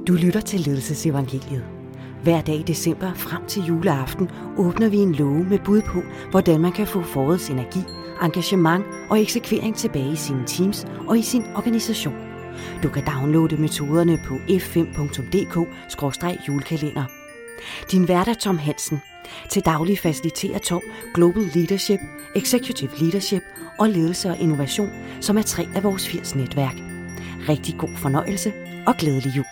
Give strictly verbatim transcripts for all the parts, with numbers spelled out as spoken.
Du lytter til Ledelsesevangeliet. Hver dag i december frem til juleaften åbner vi en låge med bud på, hvordan man kan få forårets energi, engagement og eksekvering tilbage i sine teams og i sin organisation. Du kan downloade metoderne på f fem punktum d k skråstreg julekalender. Din vært er Tom Hansen. Til daglig faciliterer Tom Global Leadership, Executive Leadership og Ledelse og Innovation, som er tre af vores firs netværk. Rigtig god fornøjelse og glædelig jul.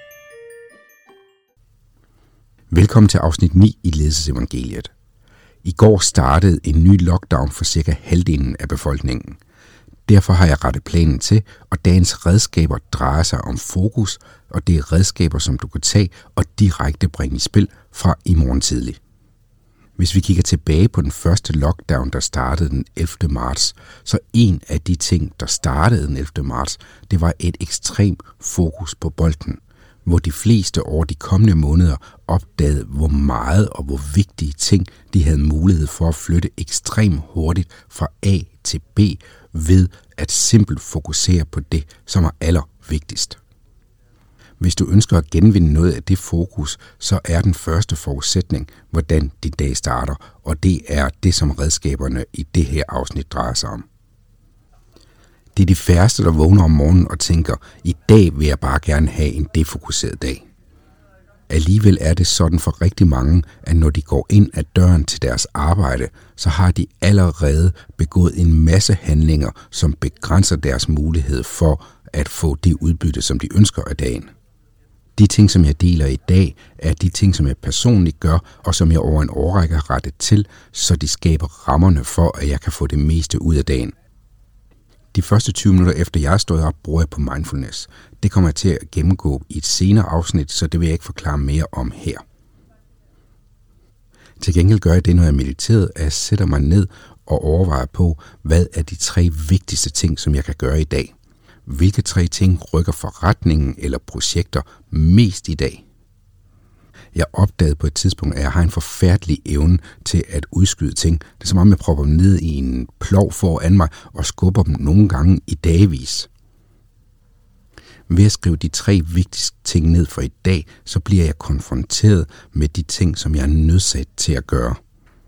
Velkommen til afsnit ni i Ledelsesevangeliet. I går startede en ny lockdown for cirka halvdelen af befolkningen. Derfor har jeg rettet planen til, og dagens redskaber drejer sig om fokus, og det er redskaber, som du kan tage og direkte bringe i spil fra i morgen tidlig. Hvis vi kigger tilbage på den første lockdown, der startede den ellevte marts, så en af de ting, der startede den ellevte marts, det var et ekstremt fokus på bolden, hvor de fleste over de kommende måneder opdagede, hvor meget og hvor vigtige ting de havde mulighed for at flytte ekstremt hurtigt fra A til B ved at simpelt fokusere på det, som er allervigtigst. Hvis du ønsker at genvinde noget af det fokus, så er den første forudsætning, hvordan din dag starter, og det er det, som redskaberne i det her afsnit drejer sig om. Det er de færreste, der vågner om morgenen og tænker, i dag vil jeg bare gerne have en defokuseret dag. Alligevel er det sådan for rigtig mange, at når de går ind ad døren til deres arbejde, så har de allerede begået en masse handlinger, som begrænser deres mulighed for at få det udbytte, som de ønsker af dagen. De ting, som jeg deler i dag, er de ting, som jeg personligt gør, og som jeg over en årrække har rettet til, så de skaber rammerne for, at jeg kan få det meste ud af dagen. De første tyve minutter efter jeg er stået op, bruger jeg på mindfulness. Det kommer jeg til at gennemgå i et senere afsnit, så det vil jeg ikke forklare mere om her. Til gengæld gør jeg det, når jeg mediterer, at jeg sætter mig ned og overvejer på, hvad er de tre vigtigste ting, som jeg kan gøre i dag. Hvilke tre ting rykker forretningen eller projekter mest i dag? Jeg opdagede på et tidspunkt, at jeg har en forfærdelig evne til at udskyde ting. Det er som om, jeg propper dem ned i en plov foran mig og skubber dem nogle gange i dagevis. Ved at skrive de tre vigtigste ting ned for i dag, så bliver jeg konfronteret med de ting, som jeg er nødsat til at gøre.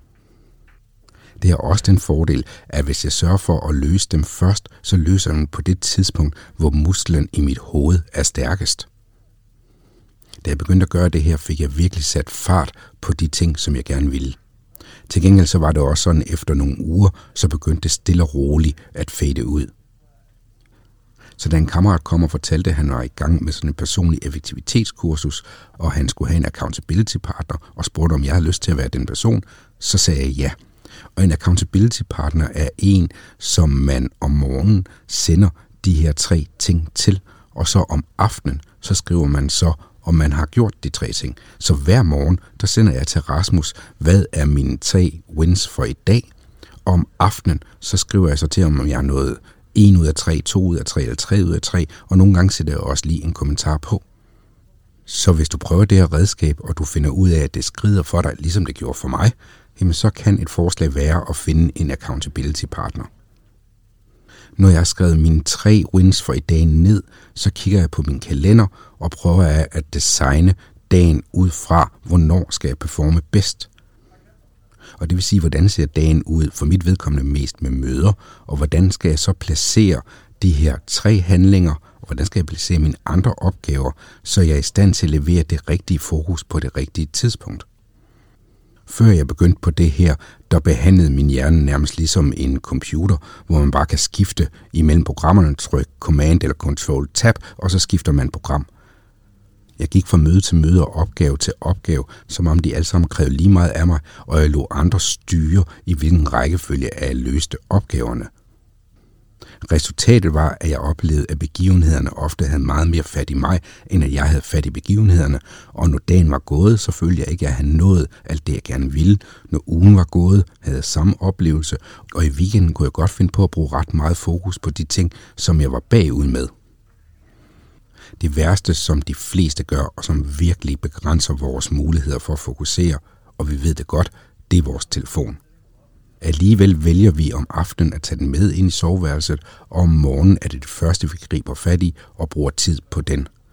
Det er også den fordel, at hvis jeg sørger for at løse dem først, så løser jeg dem på det tidspunkt, hvor musklen i mit hoved er stærkest. Da jeg begyndte at gøre det her, fik jeg virkelig sat fart på de ting, som jeg gerne ville. Til gengæld så var det også sådan, efter nogle uger, så begyndte det stille og roligt at fade ud. Så da en kammerat kom og fortalte, at han var i gang med sådan en personlig effektivitetskursus, og han skulle have en accountability partner, og spurgte, om jeg havde lyst til at være den person, så sagde jeg ja. Og en accountability partner er en, som man om morgenen sender de her tre ting til, og så om aftenen, så skriver man så, om man har gjort de tre ting. Så hver morgen, der sender jeg til Rasmus, hvad er mine tre wins for i dag? Og om aftenen, så skriver jeg så til ham, om jeg har nået en ud af tre, to ud af tre eller tre ud af tre, og nogle gange sætter jeg også lige en kommentar på. Så hvis du prøver det her redskab, og du finder ud af, at det skrider for dig, ligesom det gjorde for mig, jamen så kan et forslag være at finde en accountability partner. Når jeg har skrevet mine tre wins for i dagen ned, så kigger jeg på min kalender og prøver at designe dagen ud fra, hvornår skal jeg performe bedst. Og det vil sige, hvordan ser dagen ud for mit vedkommende mest med møder, og hvordan skal jeg så placere de her tre handlinger, og hvordan skal jeg placere mine andre opgaver, så jeg er i stand til at levere det rigtige fokus på det rigtige tidspunkt. Før jeg begyndte på det her, der behandlede min hjerne nærmest ligesom en computer, hvor man bare kan skifte imellem programmerne, tryk Command eller Control Tab, og så skifter man program. Jeg gik fra møde til møde og opgave til opgave, som om de alle sammen krævede lige meget af mig, og jeg lod andre styre, i hvilken rækkefølge jeg løste opgaverne. Resultatet var, at jeg oplevede, at begivenhederne ofte havde meget mere fat i mig, end at jeg havde fat i begivenhederne. Og når dagen var gået, så følte jeg ikke, at jeg havde nået alt det, jeg gerne ville. Når ugen var gået, havde jeg samme oplevelse, og i weekenden kunne jeg godt finde på at bruge ret meget fokus på de ting, som jeg var bagud med. Det værste, som de fleste gør, og som virkelig begrænser vores muligheder for at fokusere, og vi ved det godt, det er vores telefon. Alligevel vælger vi om aftenen at tage den med ind i soveværelset, og om morgenen er det det første, vi griber fat i og bruger tid på den.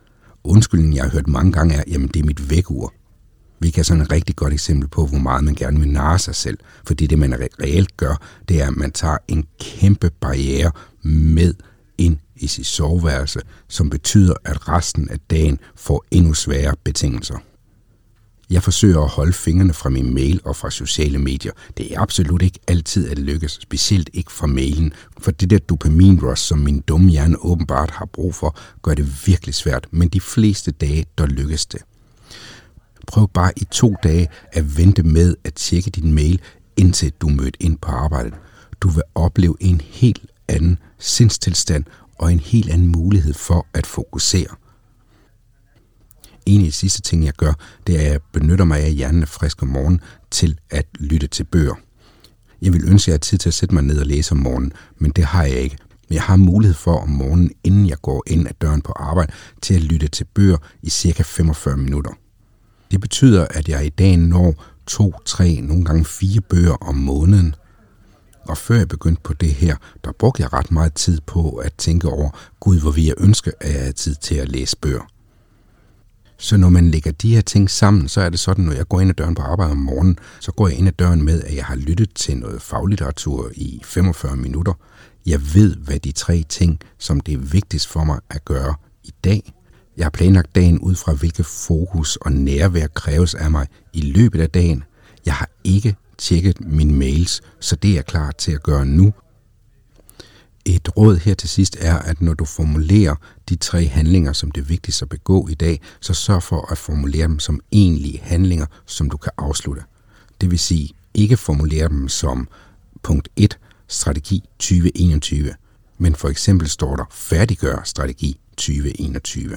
Undskyldningen, jeg har hørt mange gange, er, jamen det er mit vækkeur. Hvilket er sådan et rigtig godt eksempel på, hvor meget man gerne vil narre sig selv. Fordi det, man reelt gør, det er, at man tager en kæmpe barriere med ind i sit soveværelse, som betyder, at resten af dagen får endnu sværere betingelser. Jeg forsøger at holde fingrene fra min mail og fra sociale medier. Det er absolut ikke altid at lykkes, specielt ikke fra mailen, for det der dopaminrush, som min dumme hjerne åbenbart har brug for, gør det virkelig svært, men de fleste dage, der lykkes det. Prøv bare i to dage at vente med at tjekke din mail, indtil du møder ind på arbejdet. Du vil opleve en helt anden sindstilstand og en helt anden mulighed for at fokusere. En af de sidste ting, jeg gør, det er, at jeg benytter mig af, at hjernen er frisk om morgenen til at lytte til bøger. Jeg vil ønske, at jeg har tid til at sætte mig ned og læse om morgenen, men det har jeg ikke. Men jeg har mulighed for om morgenen, inden jeg går ind ad døren på arbejde, til at lytte til bøger i cirka femogfyrre minutter. Det betyder, at jeg i dag når to, tre, nogle gange fire bøger om måneden. Og før jeg begyndte på det her, der brugte jeg ret meget tid på at tænke over, gud, hvor vil jeg ønske, at jeg havde tid til at læse bøger. Så når man lægger de her ting sammen, så er det sådan, når jeg går ind ad døren på arbejde om morgenen, så går jeg ind ad døren med, at jeg har lyttet til noget faglitteratur i femogfyrre minutter. Jeg ved, hvad de tre ting, som det er vigtigst for mig at gøre i dag. Jeg har planlagt dagen ud fra, hvilke fokus og nærvær kræves af mig i løbet af dagen. Jeg har ikke tjekket mine mails, så det er jeg klar til at gøre nu. Et råd her til sidst er, at når du formulerer de tre handlinger, som det er vigtigst at begå i dag, så sørg for at formulere dem som egentlige handlinger, som du kan afslutte. Det vil sige, ikke formulere dem som punkt et, strategi tyve enogtyve, men for eksempel står der færdiggør strategi tyve enogtyve.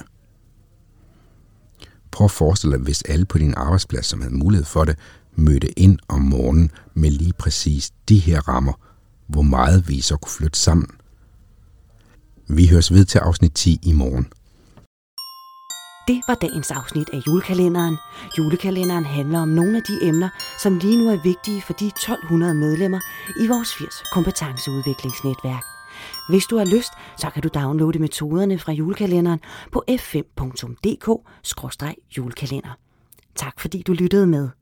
Prøv at forestille dig, hvis alle på din arbejdsplads, som havde mulighed for det, mødte ind om morgenen med lige præcis de her rammer, hvor meget vi så kunne flytte sammen. Vi høres ved til afsnit ti i morgen. Det var dagens afsnit af julekalenderen. Julekalenderen handler om nogle af de emner, som lige nu er vigtige for de tolv hundrede medlemmer i vores firs kompetenceudviklingsnetværk. Hvis du har lyst, så kan du downloade metoderne fra julekalenderen på f fem punktum d k skråstreg julekalender. Tak fordi du lyttede med.